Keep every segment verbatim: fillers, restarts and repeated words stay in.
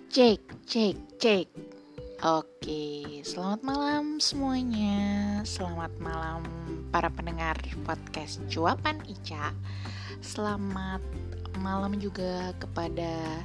Cek, cek, cek. Oke, selamat malam semuanya. Selamat malam para pendengar podcast Cuapan Ica. Selamat malam juga kepada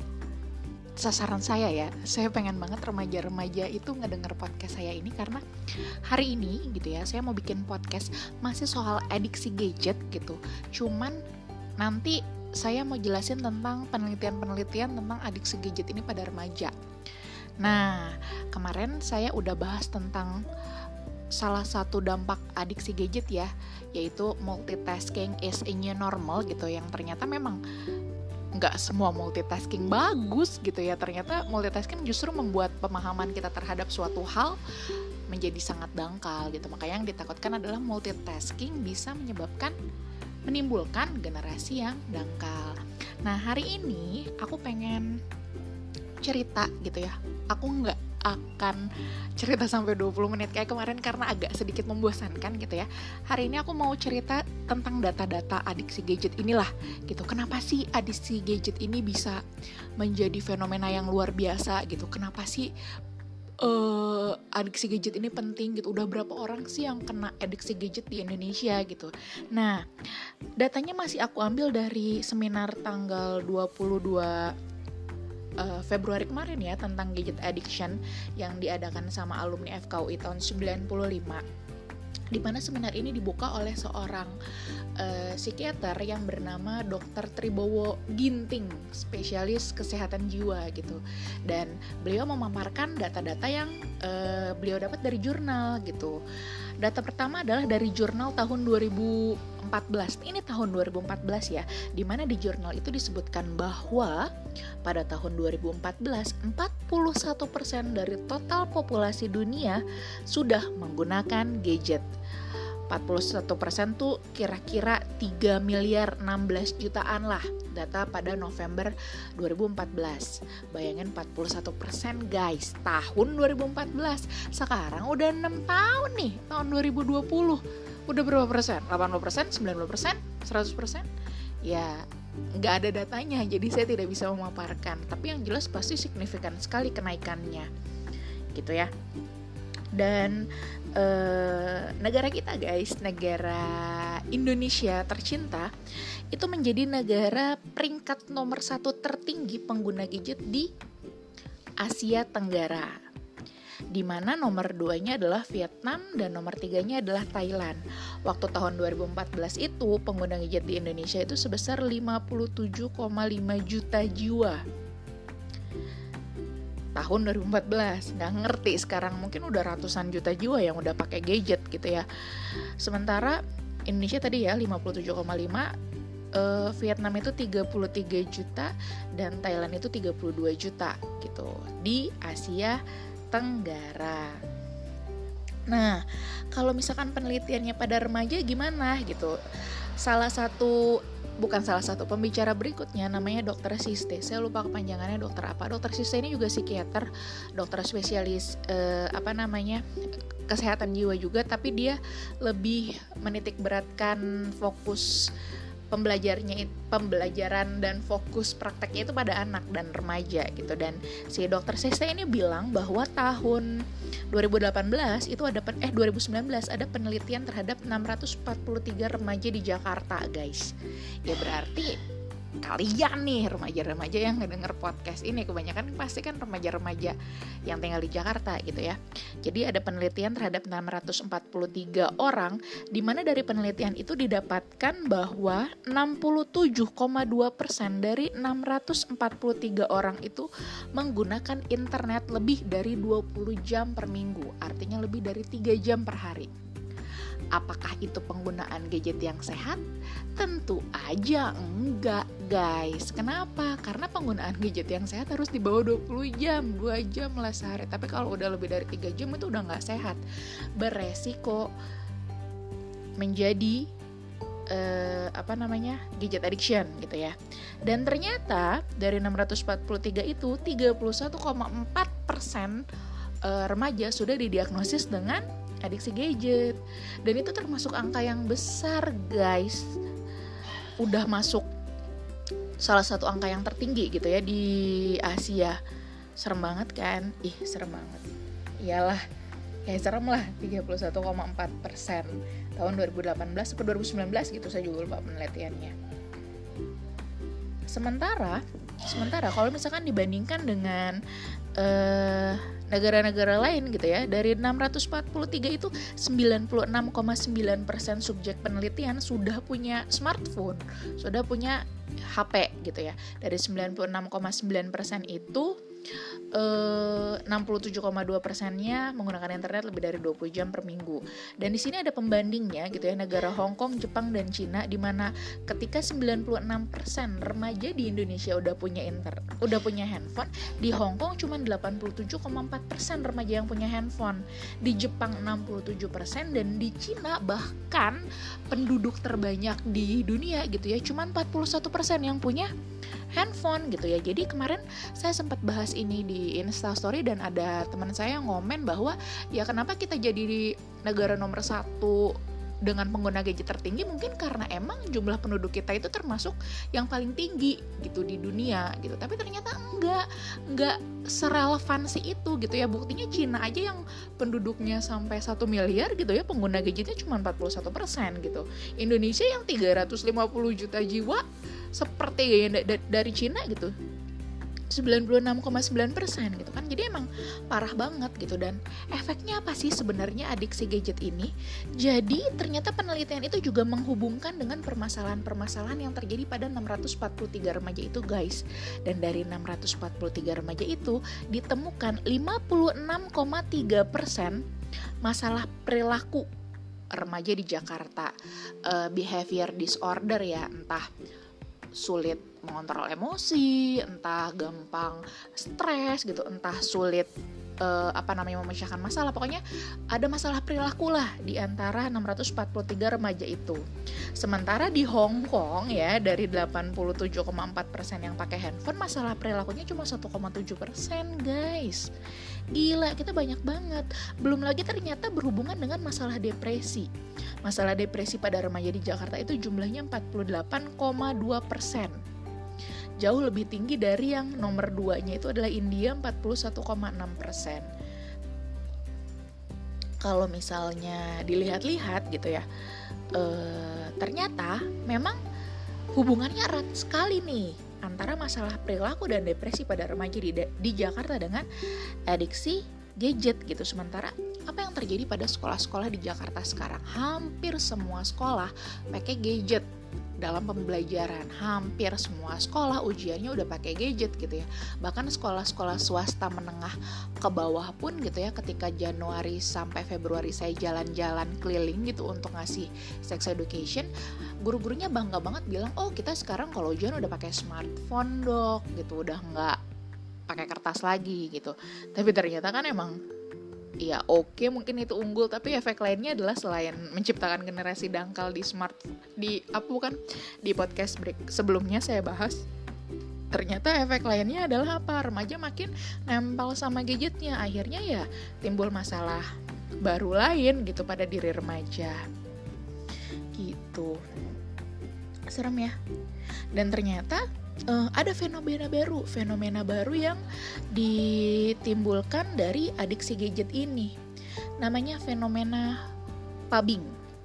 sasaran saya ya. Saya pengen banget remaja-remaja itu ngedenger podcast saya ini karena hari ini gitu ya, saya mau bikin podcast masih soal adiksi gadget gitu. Cuman nanti saya mau jelasin tentang penelitian-penelitian tentang adiksi gadget ini pada remaja. Nah, kemarin saya udah bahas tentang salah satu dampak adiksi gadget ya, yaitu multitasking is a new normal gitu, yang ternyata memang nggak semua multitasking bagus gitu ya. Ternyata multitasking justru membuat pemahaman kita terhadap suatu hal menjadi sangat dangkal gitu. Makanya yang ditakutkan adalah multitasking bisa menyebabkan menimbulkan generasi yang dangkal. Nah, hari ini aku pengen cerita gitu ya. Aku nggak akan cerita sampai dua puluh menit kayak kemarin karena agak sedikit membosankan gitu ya. Hari ini aku mau cerita tentang data-data adiksi gadget inilah gitu. Kenapa sih adiksi gadget ini bisa menjadi fenomena yang luar biasa gitu? Kenapa sih Uh, adiksi gadget ini penting gitu. Udah berapa orang sih yang kena adiksi gadget di Indonesia gitu. Nah, datanya masih aku ambil dari seminar tanggal dua puluh dua uh, Februari kemarin ya, tentang gadget addiction yang diadakan sama alumni F K U I tahun sembilan puluh lima, di mana seminar ini dibuka oleh seorang uh, psikiater yang bernama dokter Tribowo Ginting, spesialis kesehatan jiwa gitu. Dan beliau memaparkan data-data yang uh, beliau dapat dari jurnal gitu. Data pertama adalah dari jurnal tahun dua ribu empat belas. Ini tahun dua ribu empat belas ya, di mana di jurnal itu disebutkan bahwa pada tahun dua ribu empat belas, empat puluh satu persen dari total populasi dunia sudah menggunakan gadget. empat puluh satu persen tuh kira-kira tiga miliar enam belas jutaan lah, data pada November dua ribu empat belas. Bayangin empat puluh satu persen guys, tahun dua ribu empat belas. Sekarang udah enam tahun nih, tahun dua ribu dua puluh. Udah berapa persen? delapan puluh persen, sembilan puluh persen, seratus persen? Ya nggak ada datanya, jadi saya tidak bisa memaparkan. Tapi yang jelas pasti signifikan sekali kenaikannya gitu ya. Dan eh, negara kita guys, negara Indonesia tercinta, itu menjadi negara peringkat nomor satu tertinggi pengguna gadget di Asia Tenggara, di mana nomor duanya adalah Vietnam dan nomor tiganya adalah Thailand. Waktu tahun dua ribu empat belas itu pengguna gadget di Indonesia itu sebesar lima puluh tujuh koma lima juta jiwa. Tahun dua ribu empat belas, nggak ngerti sekarang mungkin udah ratusan juta jiwa yang udah pakai gadget gitu ya. Sementara Indonesia tadi ya lima puluh tujuh koma lima, uh, Vietnam itu tiga puluh tiga juta dan Thailand itu tiga puluh dua juta gitu di Asia Tenggara. Nah, kalau misalkan penelitiannya pada remaja gimana gitu? Salah satu Bukan salah satu pembicara berikutnya namanya dokter Siste. Saya lupa kepanjangannya dokter apa. Dokter Siste ini juga psikiater, dokter spesialis eh, apa namanya kesehatan jiwa juga, tapi dia lebih menitik beratkan fokus pembelajarnya pembelajaran dan fokus prakteknya itu pada anak dan remaja gitu. Dan si dokter Siste ini bilang bahwa tahun dua ribu delapan belas itu ada eh dua ribu sembilan belas ada penelitian terhadap enam ratus empat puluh tiga remaja di Jakarta, guys. Ya berarti kalian nih remaja-remaja yang ngedenger podcast ini kebanyakan pasti kan remaja-remaja yang tinggal di Jakarta gitu ya. Jadi ada penelitian terhadap enam ratus empat puluh tiga orang, di mana dari penelitian itu didapatkan bahwa enam puluh tujuh koma dua persen dari enam ratus empat puluh tiga orang itu menggunakan internet lebih dari dua puluh jam per minggu, artinya lebih dari tiga jam per hari. Apakah itu penggunaan gadget yang sehat? Tentu aja enggak, guys. Kenapa? Karena penggunaan gadget yang sehat harus di bawah dua puluh jam, dua jam lah sehari. Tapi kalau udah lebih dari tiga jam itu udah enggak sehat. Beresiko menjadi eh, apa namanya? gadget addiction gitu ya. Dan ternyata dari enam ratus empat puluh tiga itu tiga puluh satu koma empat persen eh, remaja sudah didiagnosis dengan adiksi gadget. Dan itu termasuk angka yang besar, guys. Udah masuk salah satu angka yang tertinggi gitu ya di Asia. Serem banget kan? Ih, serem banget. Iyalah, ya serem lah. Tiga puluh satu koma empat persen tahun dua ribu delapan belas atau dua ribu sembilan belas gitu, saya juga lupa penelitiannya. Sementara Sementara kalau misalkan dibandingkan dengan uh, negara-negara lain gitu ya, dari enam ratus empat puluh tiga itu sembilan puluh enam koma sembilan persen subjek penelitian sudah punya smartphone, sudah punya H P gitu ya. Dari sembilan puluh enam koma sembilan persen itu Uh, enam puluh tujuh koma dua persennya menggunakan internet lebih dari dua puluh jam per minggu. Dan di sini ada pembandingnya gitu ya, negara Hong Kong, Jepang dan Cina, di mana ketika sembilan puluh enam persen remaja di Indonesia udah punya inter udah punya handphone, di Hong Kong cuma delapan puluh tujuh koma empat persen remaja yang punya handphone, di Jepang enam puluh tujuh persen, dan di Cina bahkan penduduk terbanyak di dunia gitu ya, cuma empat puluh satu persen yang punya handphone gitu ya. Jadi kemarin saya sempat bahas ini di Instastory dan ada teman saya yang ngomen bahwa ya kenapa kita jadi di negara nomor satu dengan pengguna gadget tertinggi, mungkin karena emang jumlah penduduk kita itu termasuk yang paling tinggi gitu di dunia gitu. Tapi ternyata enggak, enggak serelevansi itu gitu ya. Buktinya Cina aja yang penduduknya sampai satu miliar gitu ya, pengguna gadgetnya cuma empat puluh satu persen gitu. Indonesia yang tiga ratus lima puluh juta jiwa seperti dari Cina gitu, sembilan puluh enam koma sembilan persen gitu kan. Jadi emang parah banget gitu. Dan efeknya apa sih sebenarnya adiksi gadget ini? Jadi ternyata penelitian itu juga menghubungkan dengan permasalahan-permasalahan yang terjadi pada enam ratus empat puluh tiga remaja itu, guys. Dan dari enam ratus empat puluh tiga remaja itu ditemukan lima puluh enam koma tiga persen masalah perilaku remaja di Jakarta, uh, behavior disorder ya, entah sulit mengontrol emosi, entah gampang stres gitu, entah sulit uh, apa namanya memecahkan masalah. Pokoknya ada masalah perilaku lah di antara enam ratus empat puluh tiga remaja itu. Sementara di Hong Kong ya, dari delapan puluh tujuh koma empat persen yang pakai handphone, masalah perilakunya cuma satu koma tujuh persen, guys. Gila, kita banyak banget. Belum lagi ternyata berhubungan dengan masalah depresi. Masalah depresi pada remaja di Jakarta itu jumlahnya empat puluh delapan koma dua persen. Jauh lebih tinggi dari yang nomor duanya itu adalah India, empat puluh satu koma enam persen. Kalau misalnya dilihat-lihat gitu ya, eh, ternyata memang hubungannya erat sekali nih antara masalah perilaku dan depresi pada remaja di, di Jakarta dengan adiksi gadget gitu. Sementara apa yang terjadi pada sekolah-sekolah di Jakarta sekarang? Hampir semua sekolah pakai gadget dalam pembelajaran. Hampir semua sekolah ujiannya udah pakai gadget gitu ya. Bahkan sekolah-sekolah swasta menengah ke bawah pun gitu ya, ketika Januari sampai Februari saya jalan-jalan keliling gitu untuk ngasih sex education, guru-gurunya bangga banget bilang, oh kita sekarang kalau ujian udah pakai smartphone dok gitu, udah nggak pakai kertas lagi gitu. Tapi ternyata kan emang ya oke okay, mungkin itu unggul, tapi efek lainnya adalah selain menciptakan generasi dangkal di smart di apa bukan di podcast break sebelumnya saya bahas, ternyata efek lainnya adalah apa? Remaja makin nempel sama gadgetnya, akhirnya ya timbul masalah baru lain gitu pada diri remaja gitu. Serem ya. Dan ternyata Uh, ada fenomena baru, fenomena baru yang ditimbulkan dari adiksi gadget ini. Namanya fenomena fubbing.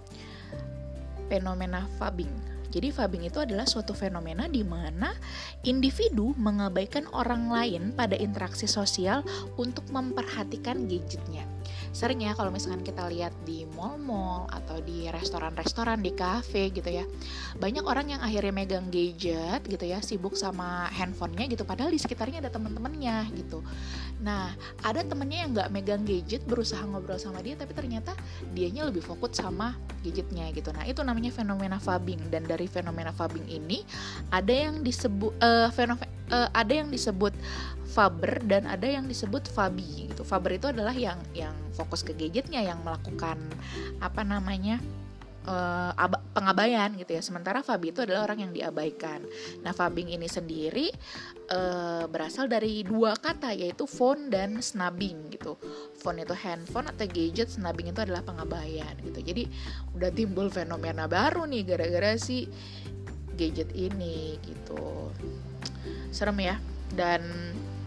Fenomena fubbing. Jadi fubbing itu adalah suatu fenomena di mana individu mengabaikan orang lain pada interaksi sosial untuk memperhatikan gadgetnya. Sering ya kalau misalkan kita lihat di mall-mall atau di restoran-restoran, di kafe gitu ya, banyak orang yang akhirnya megang gadget gitu ya, sibuk sama handphonenya gitu, padahal di sekitarnya ada teman-temannya gitu. Nah, ada temennya yang nggak megang gadget, berusaha ngobrol sama dia, tapi ternyata dianya lebih fokus sama gadgetnya gitu. Nah, itu namanya fenomena fubbing. Dan dari fenomena fubbing ini ada yang disebut uh, fenomena uh, ada yang disebut fubber dan ada yang disebut fubby gitu. Fubber itu adalah yang yang fokus ke gadgetnya, yang melakukan apa namanya uh, ab- pengabaian gitu ya. Sementara fubby itu adalah orang yang diabaikan. Nah, fubbing ini sendiri uh, berasal dari dua kata, yaitu phone dan snubbing gitu. Phone itu handphone atau gadget, snubbing itu adalah pengabaian gitu. Jadi udah timbul fenomena baru nih gara-gara si gadget ini gitu. Serem ya. Dan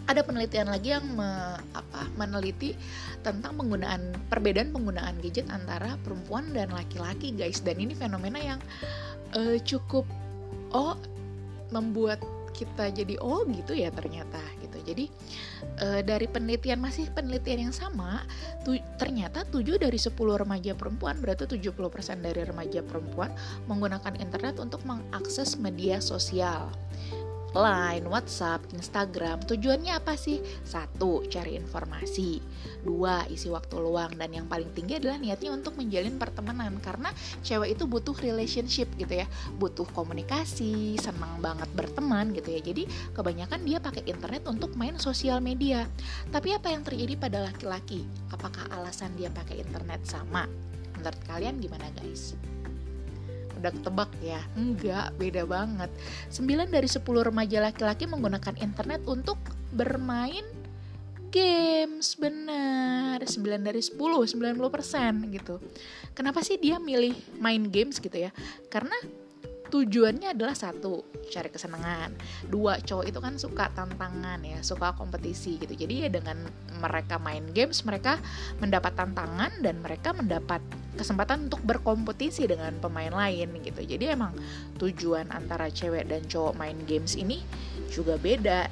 ada penelitian lagi yang me, apa, meneliti tentang penggunaan perbedaan penggunaan gadget antara perempuan dan laki-laki guys, dan ini fenomena yang uh, cukup oh membuat kita jadi oh gitu ya ternyata gitu. Jadi uh, dari penelitian masih penelitian yang sama tu, ternyata tujuh dari sepuluh remaja perempuan, berarti tujuh puluh persen dari remaja perempuan menggunakan internet untuk mengakses media sosial. Line, WhatsApp, Instagram. Tujuannya apa sih? Satu, cari informasi. Dua, isi waktu luang. Dan yang paling tinggi adalah niatnya untuk menjalin pertemanan. Karena cewek itu butuh relationship gitu ya, butuh komunikasi, senang banget berteman gitu ya. Jadi kebanyakan dia pakai internet untuk main sosial media. Tapi apa yang terjadi pada laki-laki? Apakah alasan dia pakai internet sama? Menurut kalian gimana guys? Udah ketebak ya? Enggak, beda banget. sembilan dari sepuluh remaja laki-laki menggunakan internet untuk bermain games. Benar, sembilan dari sepuluh, sembilan puluh persen gitu. Kenapa sih dia milih main games gitu ya? Karena tujuannya adalah satu, cari kesenangan. Dua, cowok itu kan suka tantangan ya, suka kompetisi gitu. Jadi ya dengan mereka main games, mereka mendapat tantangan dan mereka mendapat kesempatan untuk berkompetisi dengan pemain lain gitu. Jadi emang tujuan antara cewek dan cowok main games ini juga beda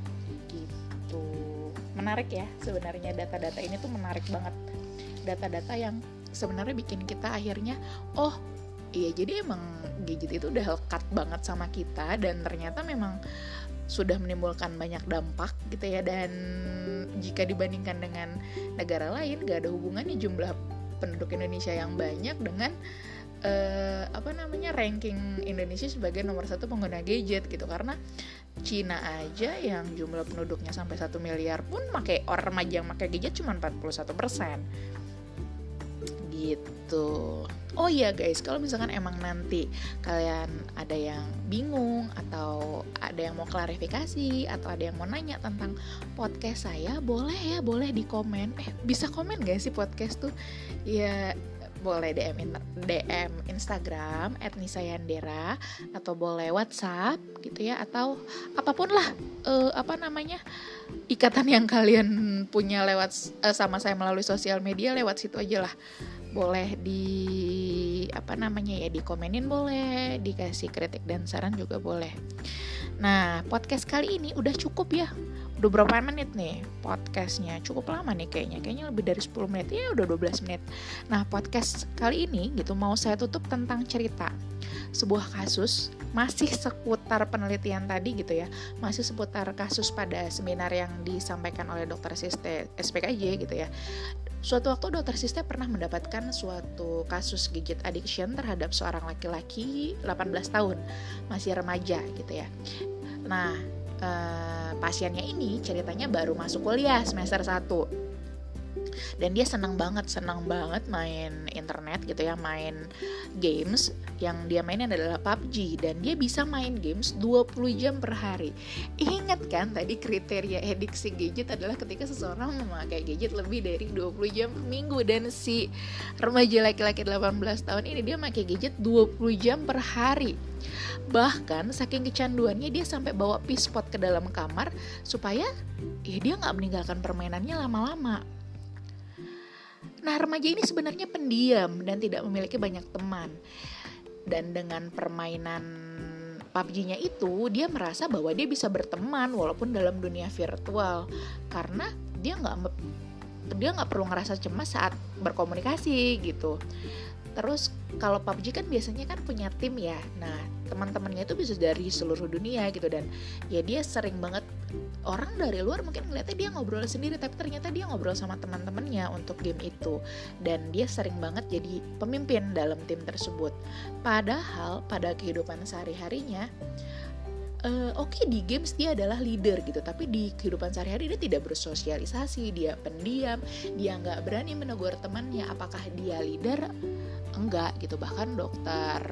gitu. Menarik ya sebenarnya, data-data ini tuh menarik banget. Data-data yang sebenarnya bikin kita akhirnya oh iya, jadi emang gadget itu udah lekat banget sama kita dan ternyata memang sudah menimbulkan banyak dampak gitu ya. Dan jika dibandingkan dengan negara lain, gak ada hubungannya jumlah penduduk Indonesia yang banyak dengan uh, apa namanya ranking Indonesia sebagai nomor satu pengguna gadget gitu. Karena Cina aja yang jumlah penduduknya sampai satu miliar pun pakai orang remaja yang pakai gadget cuma empat puluh satu persen gitu. Oh iya guys, kalau misalkan emang nanti kalian ada yang bingung atau ada yang mau klarifikasi atau ada yang mau nanya tentang podcast saya, boleh ya, boleh di komen. Eh, bisa komen gak sih podcast tuh? Ya boleh D M D M Instagram et nisa yandera atau boleh WhatsApp gitu ya, atau apapun lah uh, apa namanya ikatan yang kalian punya lewat uh, sama saya melalui sosial media, lewat situ aja lah. Boleh di apa namanya ya dikomenin, boleh dikasih kritik dan saran juga boleh. Nah, podcast kali ini udah cukup ya. Udah berapa menit nih podcastnya? Cukup lama nih kayaknya. Kayaknya lebih dari sepuluh menit. Ya udah dua belas menit. Nah, podcast kali ini gitu mau saya tutup tentang cerita sebuah kasus, masih seputar penelitian tadi gitu ya. Masih seputar kasus pada seminar yang disampaikan oleh dokter Siste S P K J gitu ya. Suatu waktu dokter Siste pernah mendapatkan suatu kasus gadget addiction terhadap seorang laki-laki delapan belas tahun, masih remaja gitu ya. Nah, eh, pasiennya ini ceritanya baru masuk kuliah semester satu. Dan dia senang banget, senang banget main internet gitu ya, main games. Yang dia mainin adalah P U B G dan dia bisa main games dua puluh jam per hari. Ingat kan tadi kriteria adiksi gadget adalah ketika seseorang memakai gadget lebih dari dua puluh jam per minggu, dan si remaja laki-laki delapan belas tahun ini dia pakai gadget dua puluh jam per hari. Bahkan saking kecanduannya dia sampai bawa pispot ke dalam kamar supaya ya dia nggak meninggalkan permainannya lama-lama. Nah, remaja ini sebenarnya pendiam dan tidak memiliki banyak teman. Dan dengan permainan P U B G-nya itu, dia merasa bahwa dia bisa berteman walaupun dalam dunia virtual. Karena dia nggak dia nggak perlu ngerasa cemas saat berkomunikasi gitu. Terus kalau P U B G kan biasanya kan punya tim ya. Nah, teman-temannya itu bisa dari seluruh dunia gitu, dan ya dia sering banget, orang dari luar mungkin ngeliatnya dia ngobrol sendiri, tapi ternyata dia ngobrol sama teman-temannya untuk game itu, dan dia sering banget jadi pemimpin dalam tim tersebut. Padahal pada kehidupan sehari-harinya Uh, Oke okay, di games dia adalah leader gitu, tapi di kehidupan sehari-hari dia tidak bersosialisasi, dia pendiam, dia nggak berani menegur temannya. Apakah dia leader? Enggak gitu. Bahkan dokter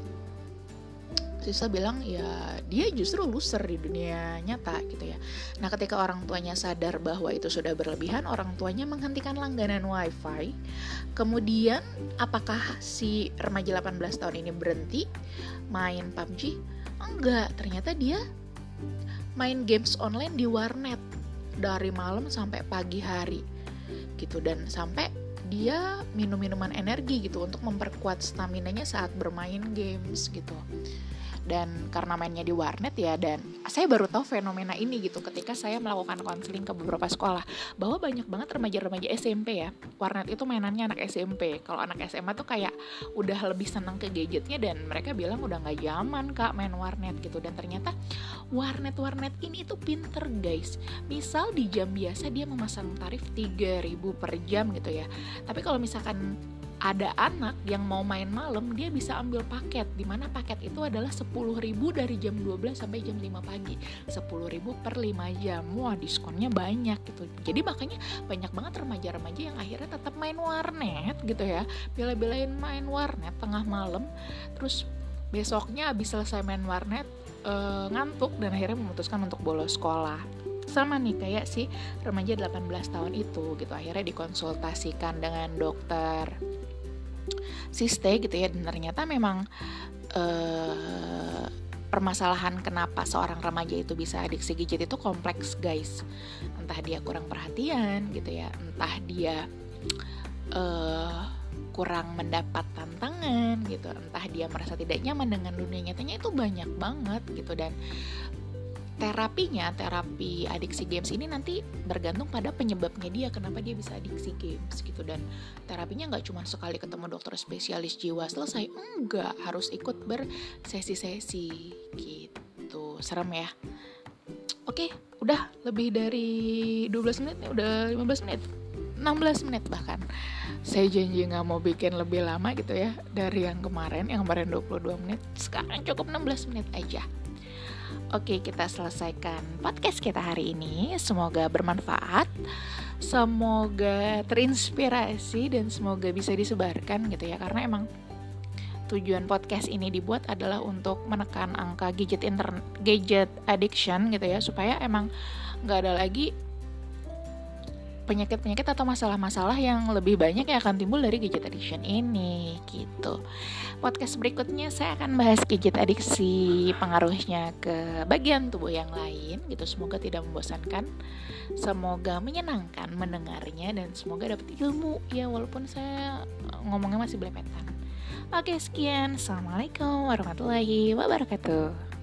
Sisa bilang ya dia justru loser di dunia nyata gitu ya. Nah, ketika orang tuanya sadar bahwa itu sudah berlebihan, orang tuanya menghentikan langganan wifi. Kemudian apakah si remaja delapan belas tahun ini berhenti main P U B G? Enggak, ternyata dia main games online di warnet. dari malam sampai pagi hari gitu, dan sampai dia minum minuman energi gitu untuk memperkuat staminanya saat bermain games gitu. Dan karena mainnya di warnet ya, dan saya baru tahu fenomena ini gitu ketika saya melakukan konseling ke beberapa sekolah, bahwa banyak banget remaja-remaja S M P ya, warnet itu mainannya anak S M P. Kalau anak S M A tuh kayak udah lebih senang ke gadgetnya, dan mereka bilang udah gak zaman kak main warnet gitu. Dan ternyata warnet-warnet ini tuh pinter guys. Misal di jam biasa dia memasang tarif tiga ribu per jam gitu ya, tapi kalau misalkan ada anak yang mau main malam, dia bisa ambil paket, dimana paket itu adalah sepuluh ribu dari jam dua belas sampai jam lima pagi, sepuluh ribu per lima jam. Wah, diskonnya banyak gitu. Jadi makanya banyak banget remaja-remaja yang akhirnya tetap main warnet gitu ya, bela-belain main warnet tengah malam, terus besoknya habis selesai main warnet e, ngantuk, dan akhirnya memutuskan untuk bolos sekolah. Sama nih kayak si remaja delapan belas tahun itu gitu, akhirnya dikonsultasikan dengan dokter siste gitu ya, dan ternyata memang eh, permasalahan kenapa seorang remaja itu bisa adiksi gadget itu kompleks guys. Entah dia kurang perhatian gitu ya, entah dia eh, kurang mendapat tantangan gitu, entah dia merasa tidak nyaman dengan dunia nyatanya, itu banyak banget gitu. Dan terapinya, terapi adiksi games ini nanti bergantung pada penyebabnya dia, kenapa dia bisa adiksi games gitu. Dan terapinya nggak cuma sekali ketemu dokter spesialis jiwa selesai, enggak, harus ikut bersesi-sesi gitu. Serem ya. Oke, udah lebih dari dua belas menit nih, udah lima belas menit, enam belas menit bahkan. Saya janji gak mau bikin lebih lama gitu ya dari yang kemarin, yang kemarin dua puluh dua menit, sekarang cukup enam belas menit aja. Oke, kita selesaikan podcast kita hari ini. Semoga bermanfaat, semoga terinspirasi, dan semoga bisa disebarkan gitu ya. Karena emang tujuan podcast ini dibuat adalah untuk menekan angka gadget internet, gadget addiction gitu ya, supaya emang gak ada lagi penyakit-penyakit atau masalah-masalah yang lebih banyak yang akan timbul dari gadget addiction ini gitu. Podcast berikutnya saya akan bahas gadget adiksi, pengaruhnya ke bagian tubuh yang lain gitu. Semoga tidak membosankan, semoga menyenangkan mendengarnya, dan semoga dapat ilmu ya, walaupun saya ngomongnya masih belepetan. Oke, sekian. Assalamualaikum warahmatullahi wabarakatuh.